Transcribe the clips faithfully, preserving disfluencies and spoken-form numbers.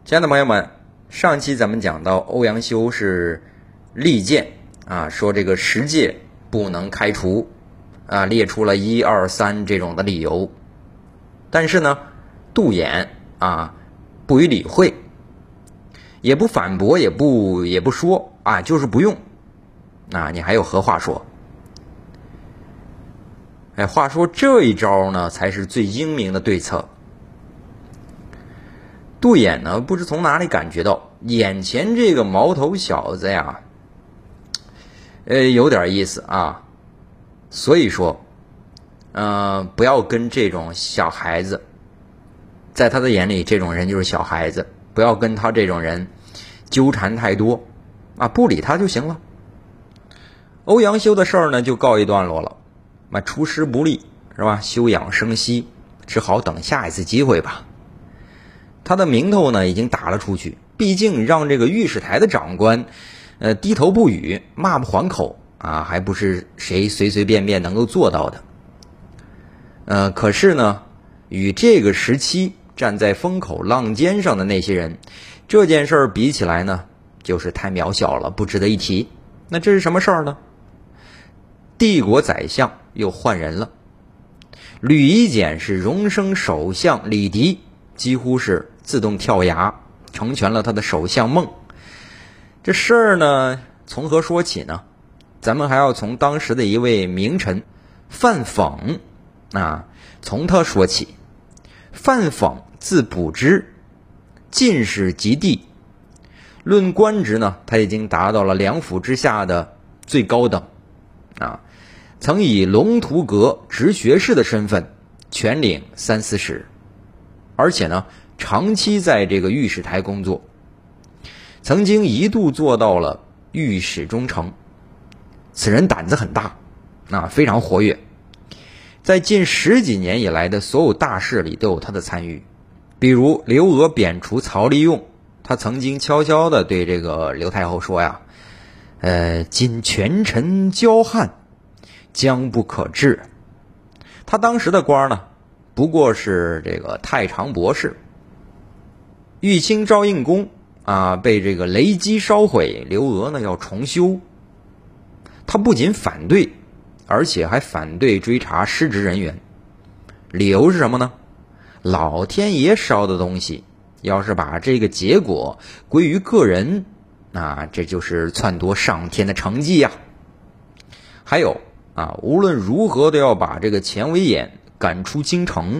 亲爱的朋友们，上期咱们讲到欧阳修是力荐啊，说这个十诫不能开除啊，列出了一二三这种的理由。但是呢，杜衍啊不予理会，也不反驳，也不也不说啊，就是不用啊，你还有何话说？哎，话说这一招呢，才是最英明的对策。杜衍呢，不知从哪里感觉到眼前这个毛头小子呀，呃，有点意思啊，所以说，呃，不要跟这种小孩子，在他的眼里，这种人就是小孩子，不要跟他这种人纠缠太多啊，不理他就行了。欧阳修的事儿呢，就告一段落了，那出师不利是吧？休养生息，只好等下一次机会吧。他的名头呢已经打了出去，毕竟让这个御史台的长官呃低头不语，骂不还口啊，还不是谁随随便便能够做到的。呃可是呢，与这个时期站在风口浪尖上的那些人，这件事儿比起来呢，就是太渺小了，不值得一提。那这是什么事儿呢？帝国宰相又换人了，吕夷简是荣升首相，李迪几乎是自动跳崖，成全了他的首相梦。这事儿呢，从何说起呢？咱们还要从当时的一位名臣范讽啊，从他说起。范讽字补之，进士及第，论官职呢，他已经达到了两府之下的最高等啊，曾以龙图阁直学士的身份全领三司使，而且呢，长期在这个御史台工作，曾经一度做到了御史中丞。此人胆子很大啊，非常活跃，在近十几年以来的所有大事里都有他的参与。比如刘娥贬除曹利用，他曾经悄悄地对这个刘太后说呀，呃，今权臣骄悍，将不可治。他当时的官呢，不过是这个太常博士。玉清昭应宫啊，被这个雷击烧毁，刘娥呢要重修。他不仅反对，而且还反对追查失职人员。理由是什么呢？老天爷烧的东西，要是把这个结果归于个人，那这就是篡夺上天的成绩呀。还有啊，无论如何都要把这个钱维演赶出京城，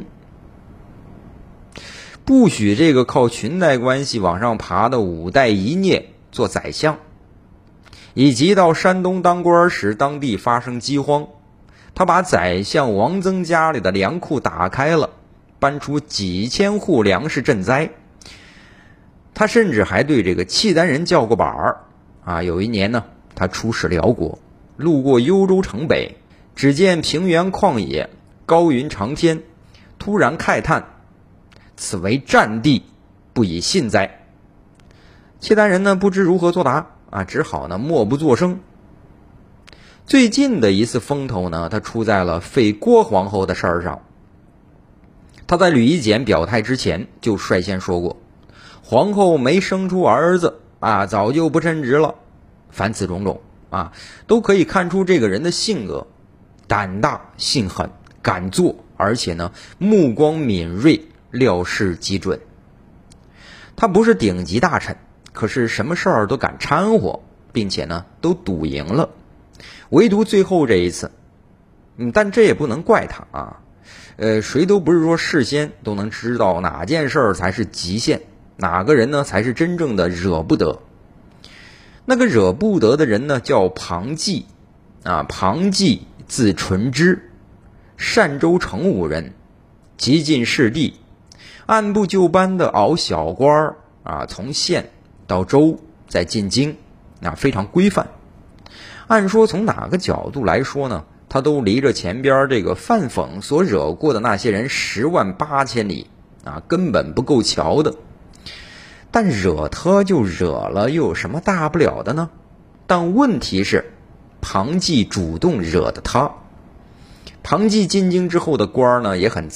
不许这个靠裙带关系往上爬的五代一孽做宰相。以及到山东当官时，当地发生饥荒，他把宰相王增家里的粮库打开了，搬出几千户粮食赈灾。他甚至还对这个契丹人叫过板儿啊。有一年呢，他出使辽国，路过幽州城北，只见平原旷野，高云长天，突然慨叹，此为战地，不以信哉。契丹人呢，不知如何作答啊，只好呢默不作声。最近的一次风头呢，他出在了废郭皇后的事儿上。他在吕夷简表态之前就率先说过，皇后没生出儿子啊，早就不称职了。凡此种种啊，都可以看出这个人的性格，胆大心狠，敢做，而且呢目光敏锐，料事极准。他不是顶级大臣，可是什么事儿都敢掺和，并且呢都赌赢了，唯独最后这一次，嗯，但这也不能怪他啊。呃，谁都不是说事先都能知道哪件事儿才是极限，哪个人呢才是真正的惹不得。那个惹不得的人呢，叫庞纪啊，庞纪字纯之，单州成武人，极尽势地，按部就班的熬小官啊，从县到州再进京啊，非常规范。按说从哪个角度来说呢，他都离着前边这个范讽所惹过的那些人十万八千里啊，根本不够瞧的。但惹他就惹了，又有什么大不了的呢？但问题是，庞纪主动惹的他。庞纪进京之后的官呢也很杂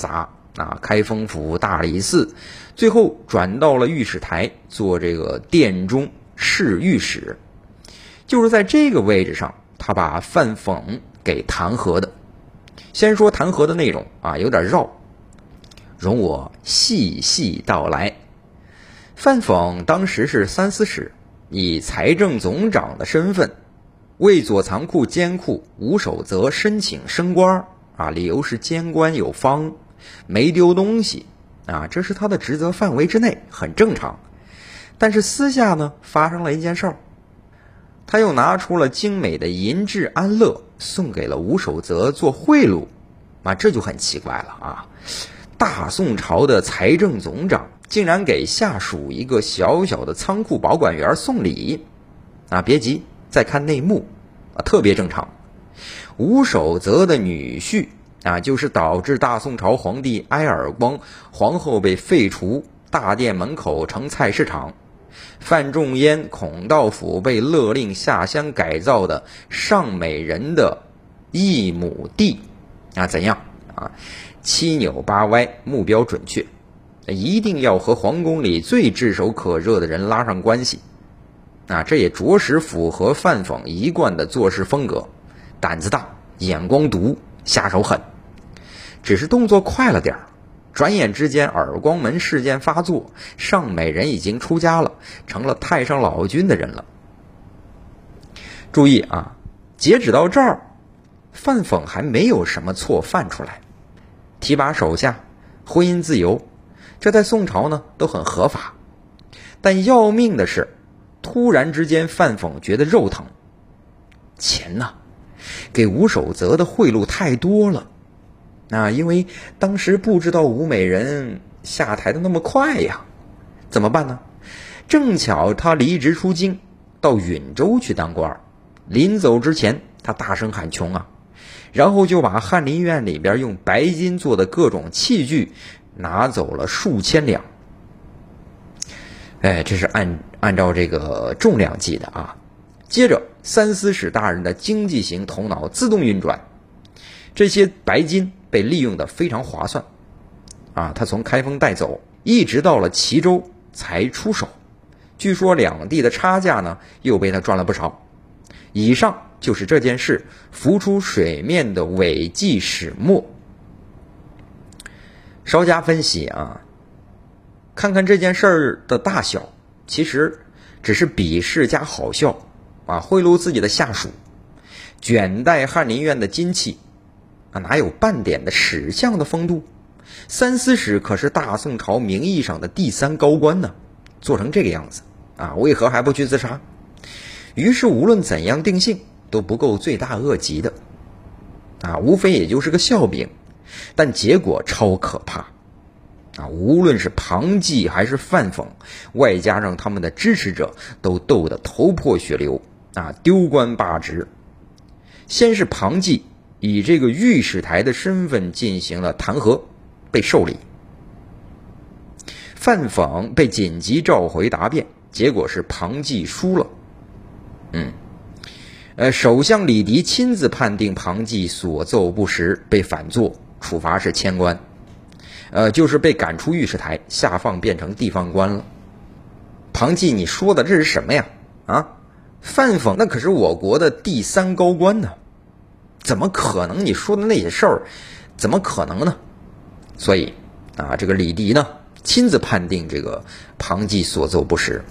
啊，开封府大理寺，最后转到了御史台做这个殿中侍御史。就是在这个位置上，他把范讽给弹劾的。先说弹劾的内容啊，有点绕，容我细细道来。范讽当时是三司使，以财政总长的身份为左藏库监库吴守则申请升官啊，理由是监官有方，没丢东西啊，这是他的职责范围之内，很正常。但是私下呢，发生了一件事儿，他又拿出了精美的银质安乐送给了吴守则做贿赂啊，这就很奇怪了啊！大宋朝的财政总长竟然给下属一个小小的仓库保管员送礼啊！别急，再看内幕啊，特别正常。吴守则的女婿啊，就是导致大宋朝皇帝挨耳光，皇后被废除，大殿门口成菜市场，范仲淹、孔道辅被勒令下乡改造的尚美人的一亩地啊，怎样啊？七扭八歪，目标准确，一定要和皇宫里最炙手可热的人拉上关系啊！这也着实符合范讽一贯的做事风格，胆子大，眼光毒，下手狠，只是动作快了点儿。转眼之间，耳光门事件发作，尚美人已经出家了，成了太上老君的人了。注意啊，截止到这儿，范讽还没有什么错犯出来，提拔手下，婚姻自由，这在宋朝呢都很合法。但要命的是，突然之间范讽觉得肉疼，钱呢，给吴守则的贿赂太多了啊，因为当时不知道吴美人下台的那么快呀，怎么办呢？正巧他离职出京，到允州去当官，临走之前他大声喊穷啊，然后就把翰林院里边用白金做的各种器具拿走了数千两。哎，这是按按照这个重量计的啊。接着三司使大人的经济型头脑自动运转，这些白金被利用的非常划算啊，他从开封带走，一直到了齐州才出手。据说两地的差价呢，又被他赚了不少。以上就是这件事浮出水面的违纪始末。稍加分析啊，看看这件事儿的大小，其实只是鄙视加好笑啊，贿赂自己的下属，卷带翰林院的金器啊，哪有半点的史相的风度？三司使可是大宋朝名义上的第三高官呢，做成这个样子啊，为何还不去自杀？于是无论怎样定性都不够罪大恶极的啊，无非也就是个笑柄，但结果超可怕啊！无论是庞纪还是范讽，外加上他们的支持者，都斗得头破血流啊，丢官罢职。先是庞纪以这个御史台的身份进行了弹劾，被受理。范讽被紧急召回答辩，结果是庞纪输了。嗯，呃，首相李迪亲自判定庞纪所奏不实，被反坐，处罚是迁官，呃，就是被赶出御史台，下放变成地方官了。庞纪，你说的这是什么呀？啊，范讽那可是我国的第三高官呢，怎么可能？你说的那些事儿，怎么可能呢？所以啊，这个李迪呢，亲自判定这个庞纪所奏不实。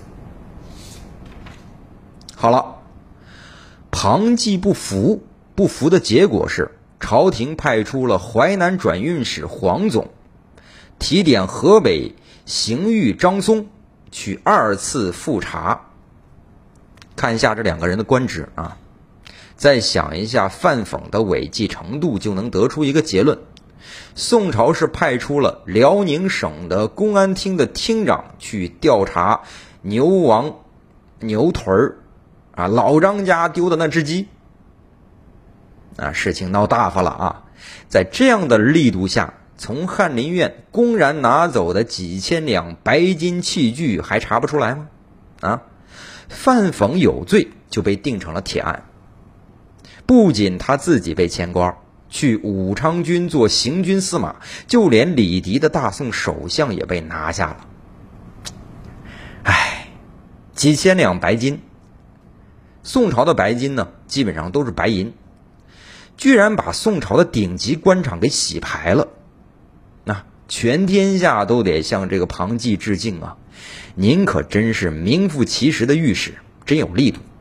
好了，庞纪不服，不服的结果是朝廷派出了淮南转运使黄总提点河北刑狱张松去二次复查。看一下这两个人的官职啊，再想一下范讽的违纪程度，就能得出一个结论。宋朝是派出了辽宁省的公安厅的厅长去调查牛王牛屯儿啊，老张家丢的那只鸡啊，事情闹大发了啊！在这样的力度下，从翰林院公然拿走的几千两白金器具还查不出来吗？啊，范讽有罪就被定成了铁案，不仅他自己被迁官， 去武昌军做行军司马，就连李迪的大宋首相也被拿下了。唉，几千两白金，宋朝的白金呢，基本上都是白银，居然把宋朝的顶级官场给洗牌了。那全天下都得向这个庞纪致敬啊！您可真是名副其实的御史，真有力度。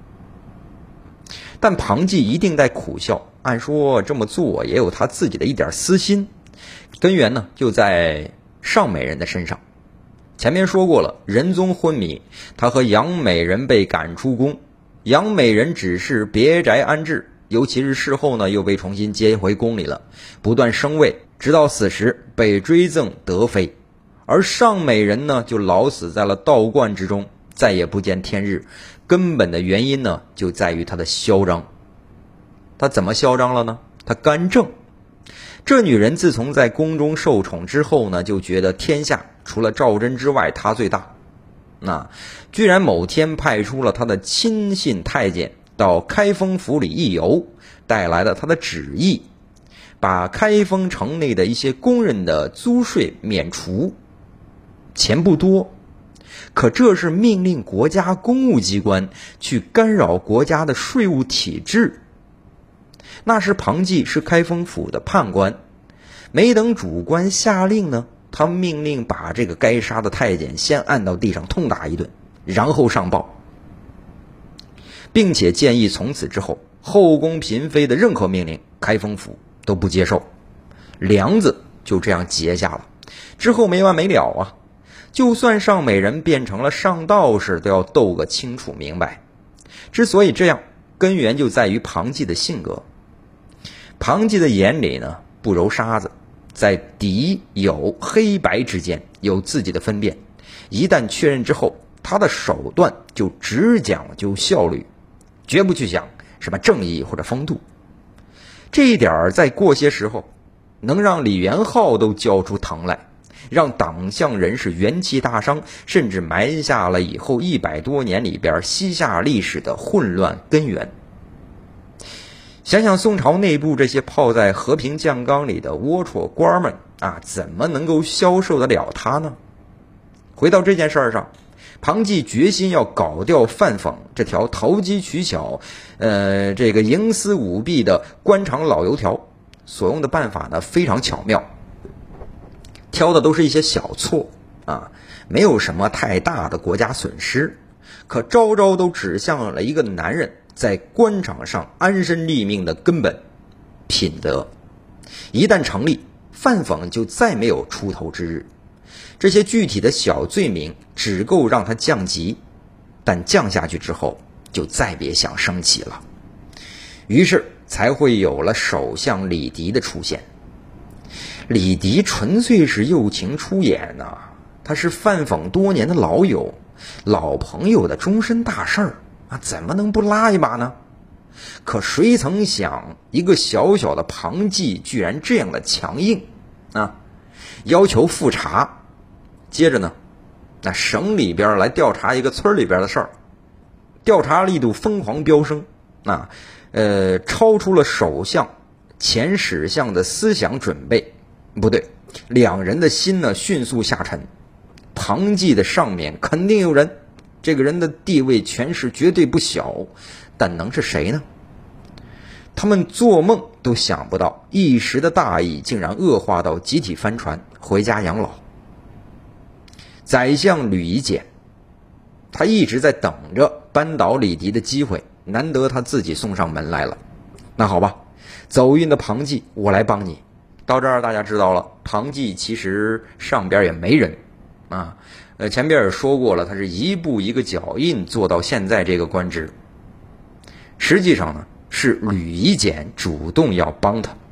但庞纪一定在苦笑，按说这么做也有他自己的一点私心，根源呢就在尚美人的身上。前面说过了，仁宗昏迷，他和杨美人被赶出宫，杨美人只是别宅安置，尤其是事后呢又被重新接回宫里了，不断升位，直到死时被追赠德妃。而尚美人呢就老死在了道观之中，再也不见天日。根本的原因呢就在于她的嚣张。她怎么嚣张了呢？她干政。这女人自从在宫中受宠之后呢，就觉得天下除了赵祯之外她最大。那居然某天派出了她的亲信太监到开封府里一游，带来了她的旨意，把开封城内的一些工人的租税免除。钱不多，可这是命令国家公务机关去干扰国家的税务体制。那时庞纪是开封府的判官，没等主官下令呢，他命令把这个该杀的太监先按到地上痛打一顿，然后上报，并且建议从此之后后宫嫔妃的任何命令开封府都不接受。梁子就这样结下了，之后没完没了啊！就算尚美人变成了上道士，都要斗个清楚明白。之所以这样，根源就在于庞纪的性格。庞纪的眼里呢不揉沙子，在敌友黑白之间有自己的分辨，一旦确认之后，他的手段就只讲究效率，绝不去想什么正义或者风度。这一点在过些时候能让李元昊都叫出疼来，让党项人士元气大伤，甚至埋下了以后一百多年里边西夏历史的混乱根源。想想宋朝内部这些泡在和平酱缸里的龌龊官们啊，怎么能够消受得了他呢？回到这件事上，庞纪决心要搞掉范讽这条投机取巧呃，这个营私舞弊的官场老油条。所用的办法呢非常巧妙，挑的都是一些小错啊，没有什么太大的国家损失，可招招都指向了一个男人在官场上安身立命的根本品德。一旦成立，范讽就再没有出头之日。这些具体的小罪名只够让他降级，但降下去之后就再别想升起了。于是才会有了首相李迪的出现。李迪纯粹是友情出演啊，他是范讽多年的老友，老朋友的终身大事儿啊，怎么能不拉一把呢？可谁曾想，一个小小的庞纪居然这样的强硬啊，要求复查。接着呢，那省里边来调查一个村里边的事儿，调查力度疯狂飙升啊，呃，超出了首相前史相的思想准备。不对，两人的心呢迅速下沉。庞纪的上面肯定有人，这个人的地位权势绝对不小，但能是谁呢？他们做梦都想不到，一时的大意竟然恶化到集体翻船回家养老。宰相吕夷简，他一直在等着扳倒李迪的机会，难得他自己送上门来了。那好吧，走运的庞纪，我来帮你。到这儿大家知道了，庞纪其实上边也没人啊。呃，前边也说过了，他是一步一个脚印做到现在这个官职。实际上呢，是吕夷简主动要帮他。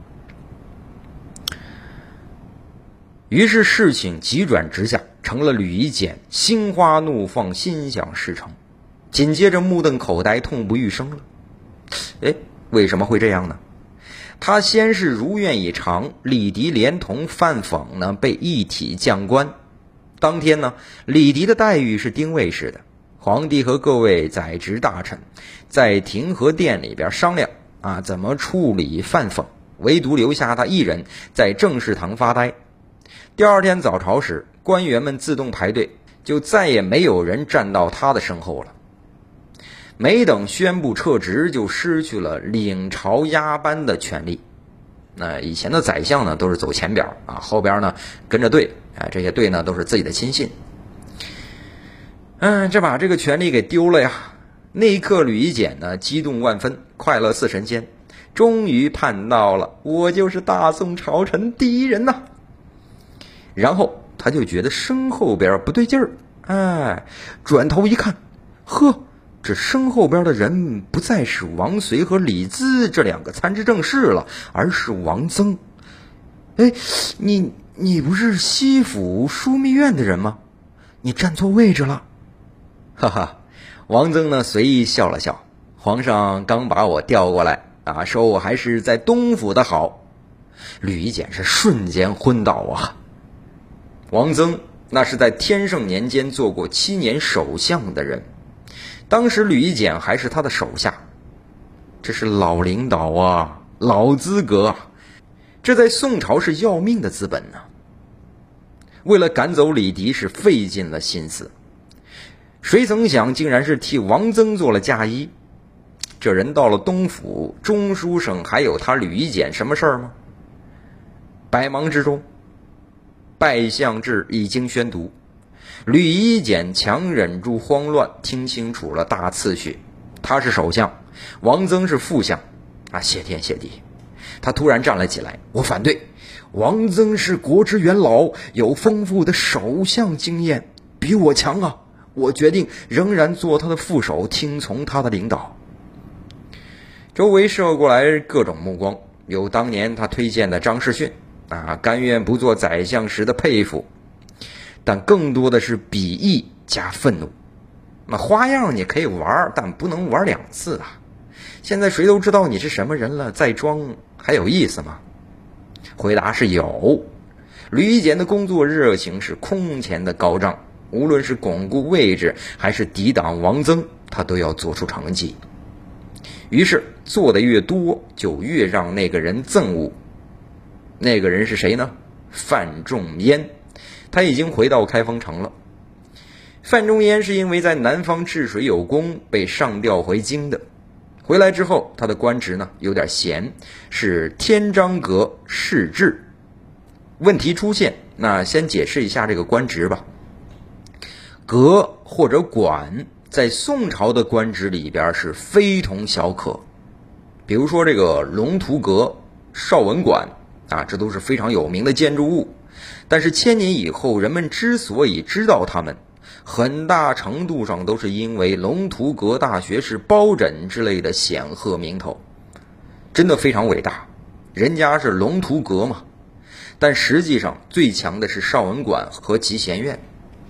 于是事情急转直下，成了吕夷简心花怒放，心想事成。紧接着目瞪口呆，痛不欲生了。哎，为什么会这样呢？他先是如愿以偿，李迪连同范讽呢被一体降官。当天呢，李迪的待遇是丁位式的，皇帝和各位宰执大臣在庭和殿里边商量， 啊，怎么处理范讽，唯独留下他一人在政事堂发呆。第二天早朝时，官员们自动排队，就再也没有人站到他的身后了。没等宣布撤职，就失去了领朝押班的权利。那以前的宰相呢，都是走前边啊，后边呢跟着队，啊，这些队呢都是自己的亲信。嗯，这把这个权利给丢了呀。那一刻，吕夷简呢激动万分，快乐似神仙，终于盼到了，我就是大宋朝臣第一人呐。然后他就觉得身后边不对劲儿，哎，转头一看，呵，这身后边的人不再是王随和李胜这两个参知政事了，而是王曾。哎，你你不是西府枢密院的人吗？你站错位置了。哈哈，王曾呢随意笑了笑，皇上刚把我调过来啊，说我还是在东府的好。吕夷简是瞬间昏倒啊。王曾那是在天圣年间做过七年首相的人，当时吕夷简还是他的手下，这是老领导啊，老资格啊，这在宋朝是要命的资本呢。为了赶走李迪是费尽了心思，谁曾想竟然是替王曾做了嫁衣。这人到了东府，中书省还有他吕夷简什么事儿吗？百忙之中，拜相制已经宣读，吕夷简强忍住慌乱，听清楚了大次序。他是首相，王曾是副相啊！谢天谢地，他突然站了起来，我反对。王曾是国之元老，有丰富的首相经验，比我强啊！我决定仍然做他的副手，听从他的领导。周围射过来各种目光，有当年他推荐的张士逊啊，甘愿不做宰相时的佩服，但更多的是鄙夷加愤怒。那花样你可以玩，但不能玩两次啊！现在谁都知道你是什么人了，再装还有意思吗？回答是有。吕夷简的工作热情是空前的高涨，无论是巩固位置还是抵挡王曾，他都要做出成绩。于是做的越多，就越让那个人憎恶。那个人是谁呢？范仲淹。他已经回到开封城了。范仲淹是因为在南方治水有功，被上调回京的。回来之后，他的官职呢有点闲，是天章阁侍制。问题出现，那先解释一下这个官职吧。阁或者馆在宋朝的官职里边是非同小可，比如说这个龙图阁、邵文馆啊，这都是非常有名的建筑物。但是千年以后，人们之所以知道他们，很大程度上都是因为龙图阁大学士包拯之类的显赫名头，真的非常伟大。人家是龙图阁嘛，但实际上最强的是邵文馆和集贤院。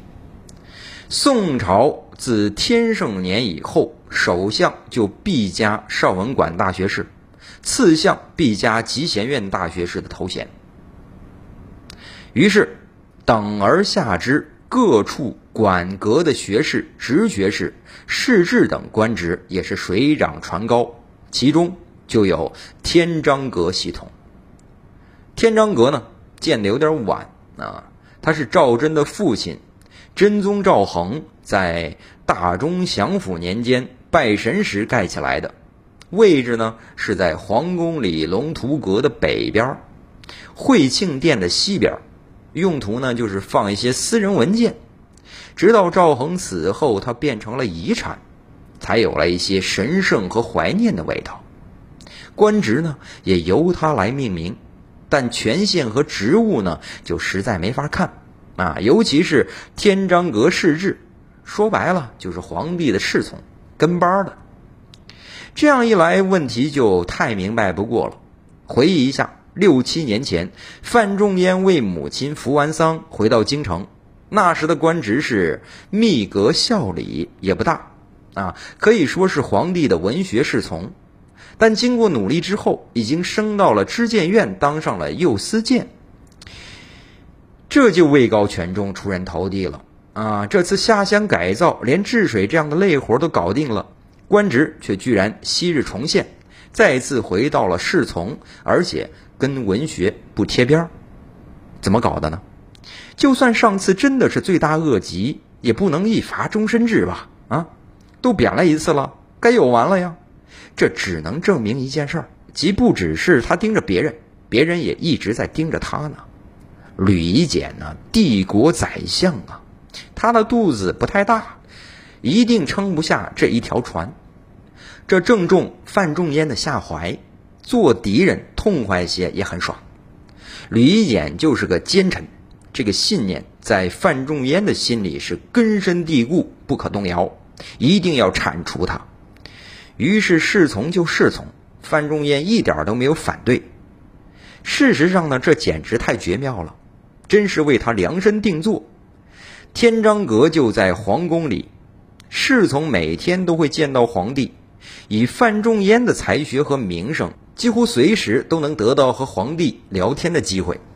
宋朝自天圣年以后，首相就必加邵文馆大学士，次相必加集贤院大学士的头衔。于是等而下之，各处馆阁的学士、直学士、侍制等官职也是水涨船高，其中就有天章阁系统。天章阁呢建得有点晚啊，他是赵祯的父亲真宗赵恒在大中祥符年间拜神时盖起来的，位置呢是在皇宫里龙图阁的北边，惠庆殿的西边，用途呢就是放一些私人文件。直到赵恒死后，它变成了遗产，才有了一些神圣和怀念的味道。官职呢也由它来命名，但权限和职务呢就实在没法看啊，尤其是天章阁侍制，说白了就是皇帝的侍从，跟班的。这样一来，问题就太明白不过了。回忆一下，六七年前，范仲淹为母亲服完丧，回到京城，那时的官职是秘阁校理，也不大啊，可以说是皇帝的文学侍从。但经过努力之后，已经升到了知谏院，当上了右司谏，这就位高权重，出人头地了啊！这次下乡改造，连治水这样的累活都搞定了，官职却居然昔日重现， 再次回到了侍从，而且跟文学不贴边。怎么搞的呢？就算上次真的是罪大恶极，也不能一罚终身制吧？啊，都贬了一次了，该有完了呀。这只能证明一件事儿，即不只是他盯着别人，别人也一直在盯着他呢。吕夷简呢，帝国宰相啊，他的肚子不太大，一定撑不下这一条船。这正中范仲淹的下怀，做敌人痛快些也很爽。吕夷简就是个奸臣，这个信念在范仲淹的心里是根深蒂固，不可动摇，一定要铲除他。于是侍从就侍从，范仲淹一点都没有反对。事实上呢，这简直太绝妙了，真是为他量身定做。天章阁就在皇宫里，侍从每天都会见到皇帝，以范仲淹的才学和名声，几乎随时都能得到和皇帝聊天的机会。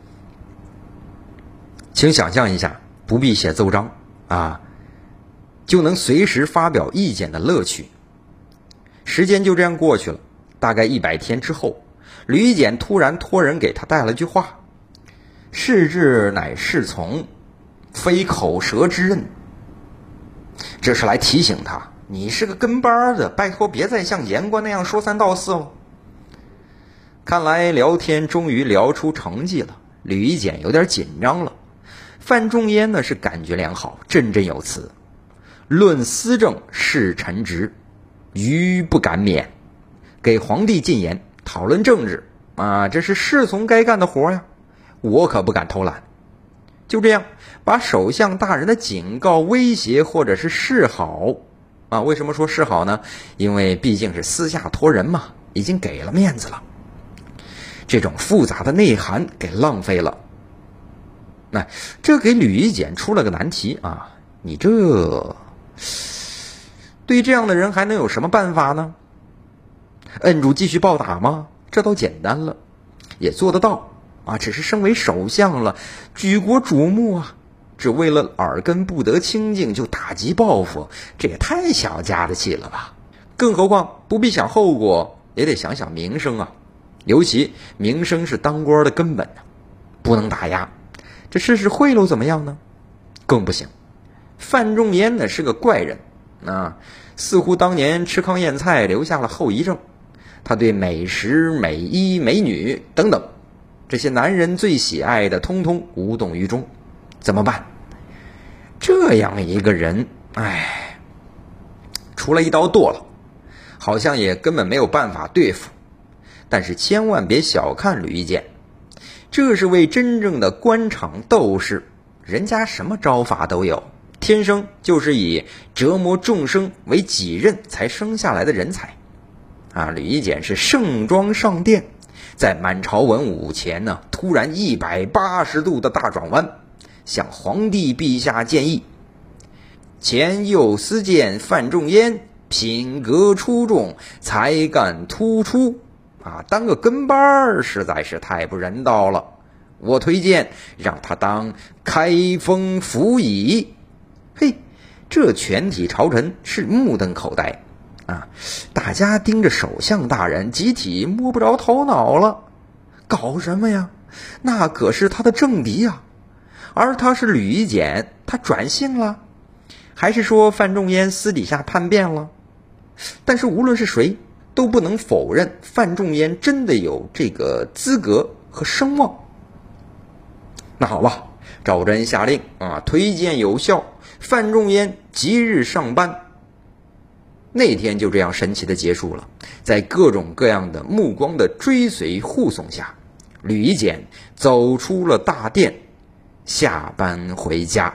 请想象一下，不必写奏章啊，就能随时发表意见的乐趣。时间就这样过去了，大概一百天之后，吕夷简突然托人给他带了句话：士志乃侍从，非口舌之任。这是来提醒他，你是个跟班的，拜托别再像言官那样说三道四了。看来聊天终于聊出成绩了，吕夷简有点紧张了。范仲淹呢是感觉良好，振振有词：论思政，事臣职，愚不敢免。给皇帝进言，讨论政治啊，这是侍从该干的活呀，我可不敢偷懒。就这样，把首相大人的警告、威胁或者是示好啊，为什么说示好呢？因为毕竟是私下托人嘛，已经给了面子了。这种复杂的内涵给浪费了。那这给吕夷简出了个难题啊！你这对这样的人还能有什么办法呢？摁住继续暴打吗？这倒简单了，也做得到啊！只是身为首相了，举国瞩目啊，只为了耳根不得清净就打击报复，这也太小家子气了吧！更何况不必想后果，也得想想名声啊！尤其名声是当官的根本啊，不能打压。这试试贿赂怎么样呢？更不行。范仲淹呢是个怪人啊，似乎当年吃糠咽菜留下了后遗症。他对美食、美衣、美女等等这些男人最喜爱的，通通无动于衷。怎么办？这样一个人，哎，除了一刀剁了，好像也根本没有办法对付。但是千万别小看吕夷简，这是位真正的官场斗士，人家什么招法都有，天生就是以折磨众生为己任才生下来的人才啊！吕夷简是盛装上殿，在满朝文武前呢，突然一百八十度的大转弯，向皇帝陛下建议：前右司谏范仲淹品格出众，才干突出啊，当个跟班儿实在是太不人道了。我推荐让他当开封府尹。嘿，这全体朝臣是目瞪口呆啊！大家盯着首相大人，集体摸不着头脑了。搞什么呀？那可是他的政敌啊！而他是吕夷简，他转性了，还是说范仲淹私底下叛变了？但是无论是谁，都不能否认范仲淹真的有这个资格和声望。那好吧，赵祯下令啊，推荐有效，范仲淹即日上班。那天就这样神奇的结束了，在各种各样的目光的追随护送下，吕夷简走出了大殿，下班回家。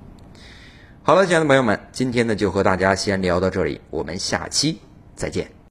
好了，亲爱的朋友们，今天呢就和大家先聊到这里，我们下期再见。